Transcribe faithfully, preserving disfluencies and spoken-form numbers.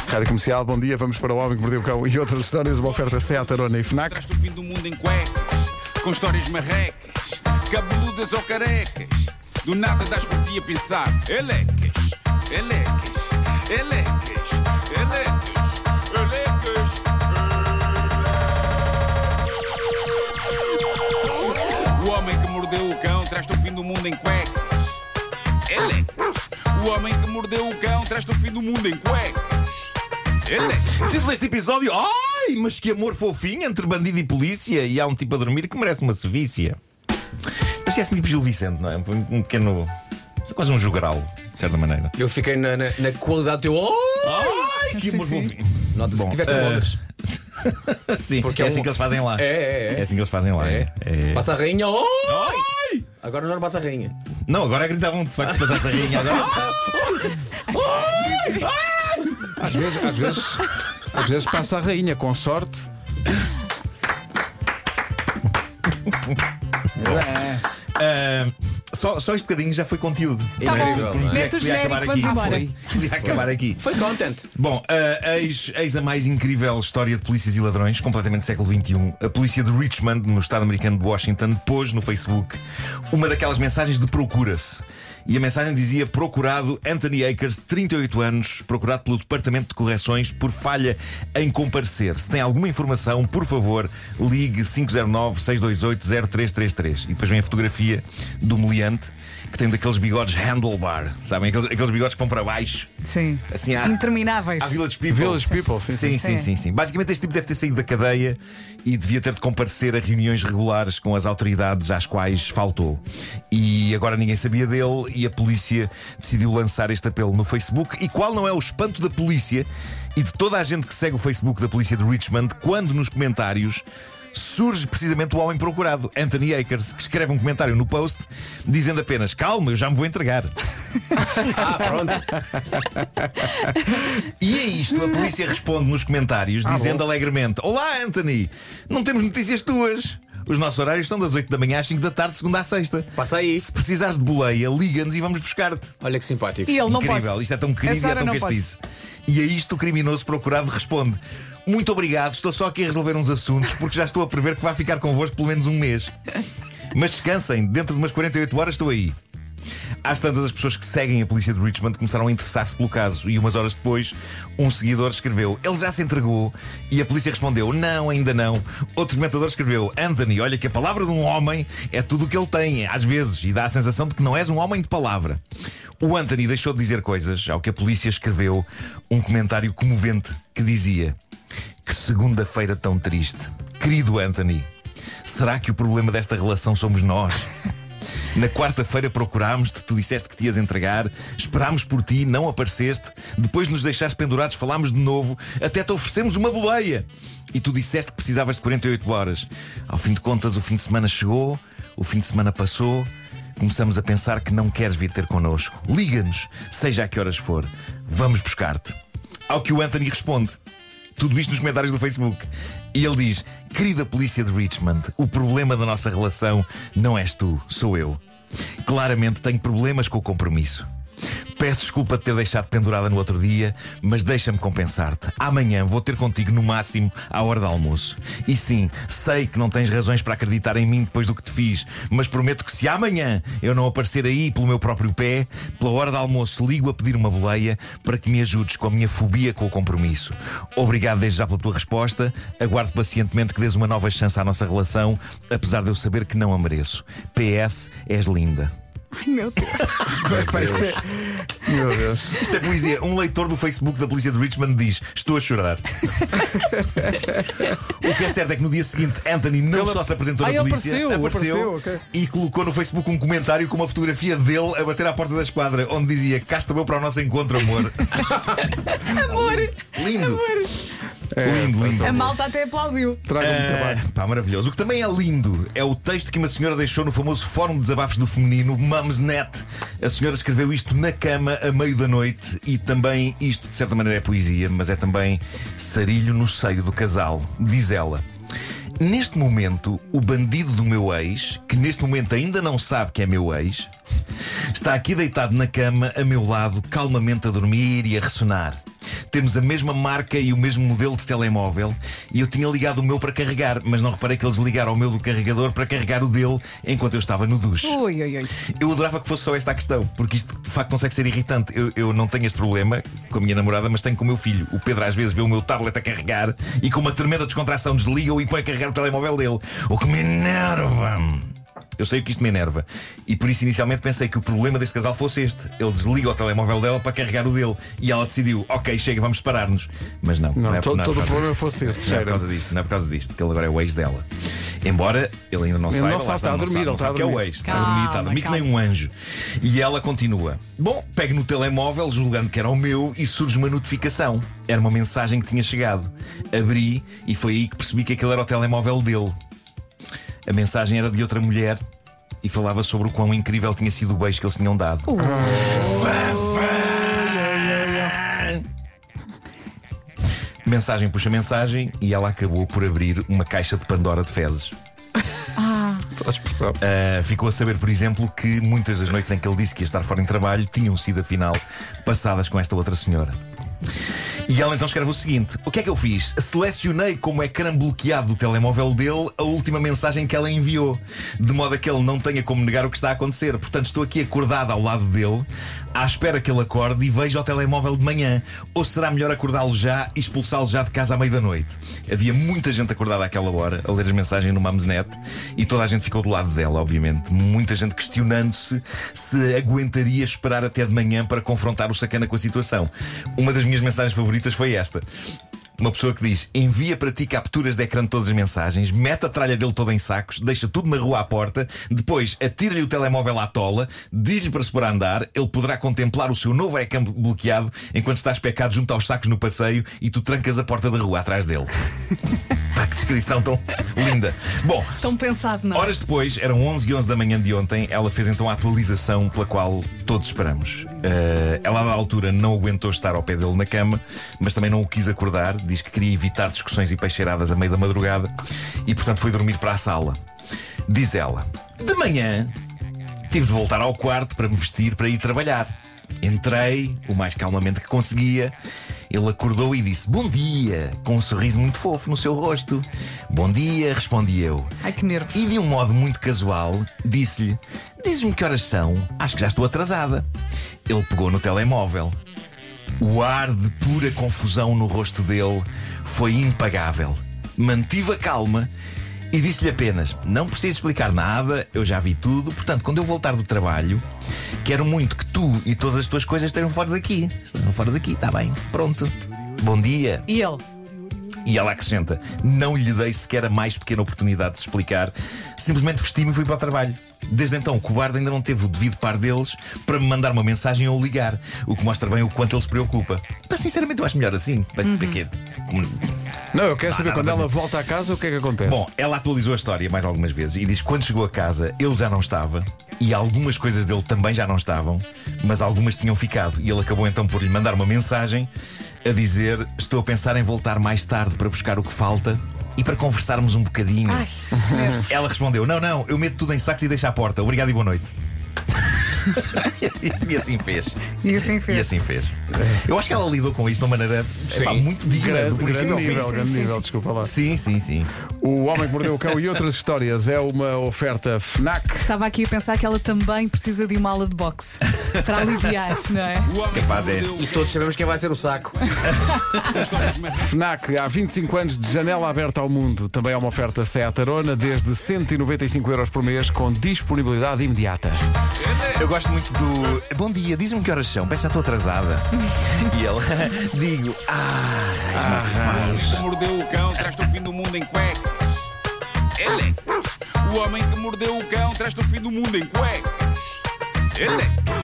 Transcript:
Rádio Comercial, bom dia, vamos para O Homem que Mordeu o Cão e outras histórias, uma oferta Seat, Arona e Fnac. Traz-te o fim do mundo em cuecas, com histórias marrecas, cabeludas ou carecas. Do nada das por ti a pensar. Elecas, elecas, elecas, elecas, elecas. O homem que mordeu o cão traz-te o fim do mundo em cuecas. Elecas. O homem que mordeu o cão traz-te o fim do mundo em cuecas. Elecas. Título deste episódio: ai, mas que amor fofinho entre bandido e polícia. E há um tipo a dormir que merece uma sevícia. Mas é assim tipo Gil Vicente, não é? Um, um pequeno. quase um jogral, de certa maneira. Eu fiquei na, na, na qualidade do teu. Oh! Ai, que amor fofinho. Nota-se que estiveste em Londres. Sim, porque é, é assim um... que eles fazem lá. É, é, é. É assim que eles fazem lá. É. É. Passa a rainha. Oh! Ai! Agora não passa a rainha. Não, agora gritavam de facto se passasse a rainha. Agora. Às vezes, às vezes, às vezes passa a rainha, com sorte. É. Uh, só, só este bocadinho já foi conteúdo. Tá incrível. Podia, podia acabar aqui. Vamos embora. Podia acabar aqui. Foi content. Bom, uh, eis, eis a mais incrível história de polícias e ladrões, completamente século vinte e um. A polícia de Richmond, no estado americano de Washington, pôs no Facebook uma daquelas mensagens de procura-se. E a mensagem dizia: procurado Anthony Akers, trinta e oito anos, procurado pelo Departamento de Correções por falha em comparecer. Se tem alguma informação, por favor, ligue cinco zero nove, seis dois oito, zero três três três. E depois vem a fotografia do meliante, que tem daqueles bigodes handlebar, sabem? Aqueles, aqueles bigodes que vão para baixo. Sim. Assim, à, intermináveis. À Village People. Village People, sim, sim, sim, sim, sim, sim. Basicamente, este tipo deve ter saído da cadeia e devia ter de comparecer a reuniões regulares com as autoridades às quais faltou. E agora ninguém sabia dele e a polícia decidiu lançar este apelo no Facebook. E qual não é o espanto da polícia e de toda a gente que segue o Facebook da polícia de Richmond quando nos comentários surge precisamente o homem procurado, Anthony Akers, que escreve um comentário no post dizendo apenas: calma, eu já me vou entregar. Ah, pronto. E é isto, a polícia responde nos comentários ah, dizendo bom. alegremente: olá Anthony, não temos notícias tuas. Os nossos horários são das oito da manhã às cinco da tarde, segunda à sexta. Passa aí. Se precisares de boleia, liga-nos e vamos buscar-te. Olha que simpático. E ele não Incrível, pode. isto é tão querido e é tão castiço. E a isto o criminoso procurado responde: muito obrigado, estou só aqui a resolver uns assuntos porque já estou a prever que vai ficar convosco pelo menos um mês. Mas descansem, dentro de umas quarenta e oito horas estou aí. Às tantas, as pessoas que seguem a polícia de Richmond começaram a interessar-se pelo caso. E umas horas depois, um seguidor escreveu: ele já se entregou. E a polícia respondeu: não, ainda não. Outro comentador escreveu: Anthony, olha que a palavra de um homem é tudo o que ele tem, às vezes, e dá a sensação de que não és um homem de palavra. O Anthony deixou de dizer coisas, ao que a polícia escreveu um comentário comovente que dizia: que segunda-feira tão triste. Querido Anthony, será que o problema desta relação somos nós? Na quarta-feira procurámos-te, tu disseste que te ias entregar, esperámos por ti, não apareceste, depois de nos deixares pendurados falámos de novo, até te oferecemos uma boleia. E tu disseste que precisavas de quarenta e oito horas. Ao fim de contas, o fim de semana chegou, o fim de semana passou, começamos a pensar que não queres vir ter connosco. Liga-nos, seja a que horas for, vamos buscar-te. Ao que o Anthony responde, tudo isto nos comentários do Facebook. E ele diz: querida polícia de Richmond, o problema da nossa relação não és tu, sou eu. Claramente tenho problemas com o compromisso. Peço desculpa de ter deixado pendurada no outro dia, mas deixa-me compensar-te. Amanhã vou ter contigo no máximo à hora do almoço. E sim, sei que não tens razões para acreditar em mim depois do que te fiz, mas prometo que se amanhã eu não aparecer aí pelo meu próprio pé, pela hora do almoço ligo a pedir uma boleia para que me ajudes com a minha fobia com o compromisso. Obrigado desde já pela tua resposta. Aguardo pacientemente que dês uma nova chance à nossa relação, apesar de eu saber que não a mereço. P S, és linda. Ai, meu Deus. Vai ser... Meu Deus. Isto é poesia. Um leitor do Facebook da polícia de Richmond diz: estou a chorar. O que é certo é que no dia seguinte Anthony não Ele... só se apresentou ah, na polícia, apareceu, apareceu, apareceu okay. E colocou no Facebook um comentário com uma fotografia dele a bater à porta da esquadra, onde dizia: cá estou eu para o nosso encontro, amor. Amor. Lindo. Amor. É, lindo, lindo. A malta até aplaudiu. Traga um Uh, trabalho. pá, maravilhoso. O que também é lindo é o texto que uma senhora deixou no famoso Fórum de Desabafos do Feminino, Mumsnet. A senhora escreveu isto na cama a meio da noite. E também isto, de certa maneira, é poesia, mas é também sarilho no seio do casal. Diz ela: neste momento, o bandido do meu ex, que neste momento ainda não sabe que é meu ex, está aqui deitado na cama a meu lado, calmamente a dormir e a ressonar. Temos a mesma marca e o mesmo modelo de telemóvel. E eu tinha ligado o meu para carregar, mas não reparei que eles ligaram ao meu do carregador para carregar o dele enquanto eu estava no duche. Ui, ui, ui. Eu adorava que fosse só esta a questão, porque isto de facto consegue ser irritante. Eu, eu não tenho este problema com a minha namorada, mas tenho com o meu filho. O Pedro às vezes vê o meu tablet a carregar e com uma tremenda descontração desliga-o e põe a carregar o telemóvel dele. O que me enerva. Eu sei que isto me enerva. E por isso inicialmente pensei que o problema deste casal fosse este. Ele desliga o telemóvel dela para carregar o dele. E ela decidiu, ok, chega, vamos separar-nos. Mas não, Não, não é, todo, não é todo por o causa problema disto. fosse esse, Não é por cheira. causa disto, não é por causa disto, que ele agora é o ex dela. Embora ele ainda não Ele saiba, não lá sabe, está a não dormir, sabe, ele não está sabe a que é o dormir. ex, está a Calma, dormir, está a dormir que nem um anjo. E ela continua. Bom, pego no telemóvel, julgando que era o meu, e surge uma notificação. Era uma mensagem que tinha chegado. Abri e foi aí que percebi que aquele era o telemóvel dele. A mensagem era de outra mulher e falava sobre o quão incrível tinha sido o beijo que eles tinham dado. Uh. Mensagem puxa mensagem e ela acabou por abrir uma caixa de Pandora de fezes. Só a expressão. Uh, ficou a saber, por exemplo, que muitas das noites em que ele disse que ia estar fora em trabalho tinham sido, afinal, passadas com esta outra senhora. E ela então escreve o seguinte: o que é que eu fiz? Selecionei como ecrã bloqueado do telemóvel dele a última mensagem que ela enviou, de modo a que ele não tenha como negar o que está a acontecer. Portanto, estou aqui acordado ao lado dele, à espera que ele acorde e veja o telemóvel de manhã. Ou será melhor acordá-lo já e expulsá-lo já de casa à meia da noite? Havia muita gente acordada àquela hora a ler as mensagens no Mumsnet e toda a gente ficou do lado dela, obviamente. Muita gente questionando-se se aguentaria esperar até de manhã para confrontar o sacana com a situação. Uma das minhas mensagens favoritas foi esta. Uma pessoa que diz: envia para ti capturas de ecrã de todas as mensagens, mete a tralha dele toda em sacos, deixa tudo na rua à porta, depois atira-lhe o telemóvel à tola, diz-lhe para se pôr a andar, ele poderá contemplar o seu novo ecrã bloqueado enquanto estás pecado junto aos sacos no passeio e tu trancas a porta da rua atrás dele. Pá, que descrição tão linda. Bom, Tão pensado, não? horas depois, eram onze e onze da manhã de ontem, ela fez então a atualização pela qual todos esperamos. Uh, ela, à altura, não aguentou estar ao pé dele na cama, mas também não o quis acordar. Diz que queria evitar discussões e peixeiradas a meio da madrugada e, portanto, foi dormir para a sala. Diz ela: de manhã, tive de voltar ao quarto para me vestir para ir trabalhar. Entrei o mais calmamente que conseguia. Ele acordou e disse bom dia, com um sorriso muito fofo no seu rosto. Bom dia, respondi eu. Ai, que nervos. E de um modo muito casual, disse-lhe: diz-me que horas são, acho que já estou atrasada. Ele pegou no telemóvel. O ar de pura confusão no rosto dele foi impagável. Mantive a calma e disse-lhe apenas: não preciso explicar nada, eu já vi tudo. Portanto, quando eu voltar do trabalho, quero muito que tu e todas as tuas coisas estejam fora daqui. Estejam fora daqui, está bem, pronto. Bom dia. E ele? E ela acrescenta: não lhe dei sequer a mais pequena oportunidade de se explicar. Simplesmente vesti-me e fui para o trabalho. Desde então o cobarde ainda não teve o devido par deles para me mandar uma mensagem ou ligar, o que mostra bem o quanto ele se preocupa. Mas sinceramente eu acho melhor assim. Para, para quê? Como- Não, eu quero Não, saber nada quando para ela dizer. volta a casa o que é que acontece. Bom, ela atualizou a história mais algumas vezes e diz que quando chegou a casa ele já não estava e algumas coisas dele também já não estavam, mas algumas tinham ficado. E ele acabou então por lhe mandar uma mensagem a dizer: estou a pensar em voltar mais tarde para buscar o que falta e para conversarmos um bocadinho. Ai, nervos. Ela respondeu: não, não, eu meto tudo em sacos e deixo à porta. Obrigado e boa noite. E assim fez. E assim E fez. assim fez. Eu acho que ela lidou com isto de uma maneira epá, muito digna. grande, do princípio grande ao fim. nível, sim, grande sim, nível, sim. desculpa lá. Sim, sim, sim. O Homem que Mordeu o Cão e outras histórias é uma oferta FNAC. Estava aqui a pensar que ela também precisa de uma aula de boxe para aliviar, não é? O homem Capaz que é. mordeu E todos sabemos quem vai ser o saco. com histórias marrecas. FNAC, há vinte e cinco anos de janela aberta ao mundo. Também é uma oferta Seat Arona, desde cento e noventa e cinco euros por mês, com disponibilidade imediata. Eu gosto muito do bom dia, diz-me que horas são, peço já estou atrasada. E ela digo: ah, O homem que mordeu o cão traz-te o fim do mundo em cuecas. Ele é. O homem que mordeu o cão traz-te o fim do mundo em cuecas. Ele é.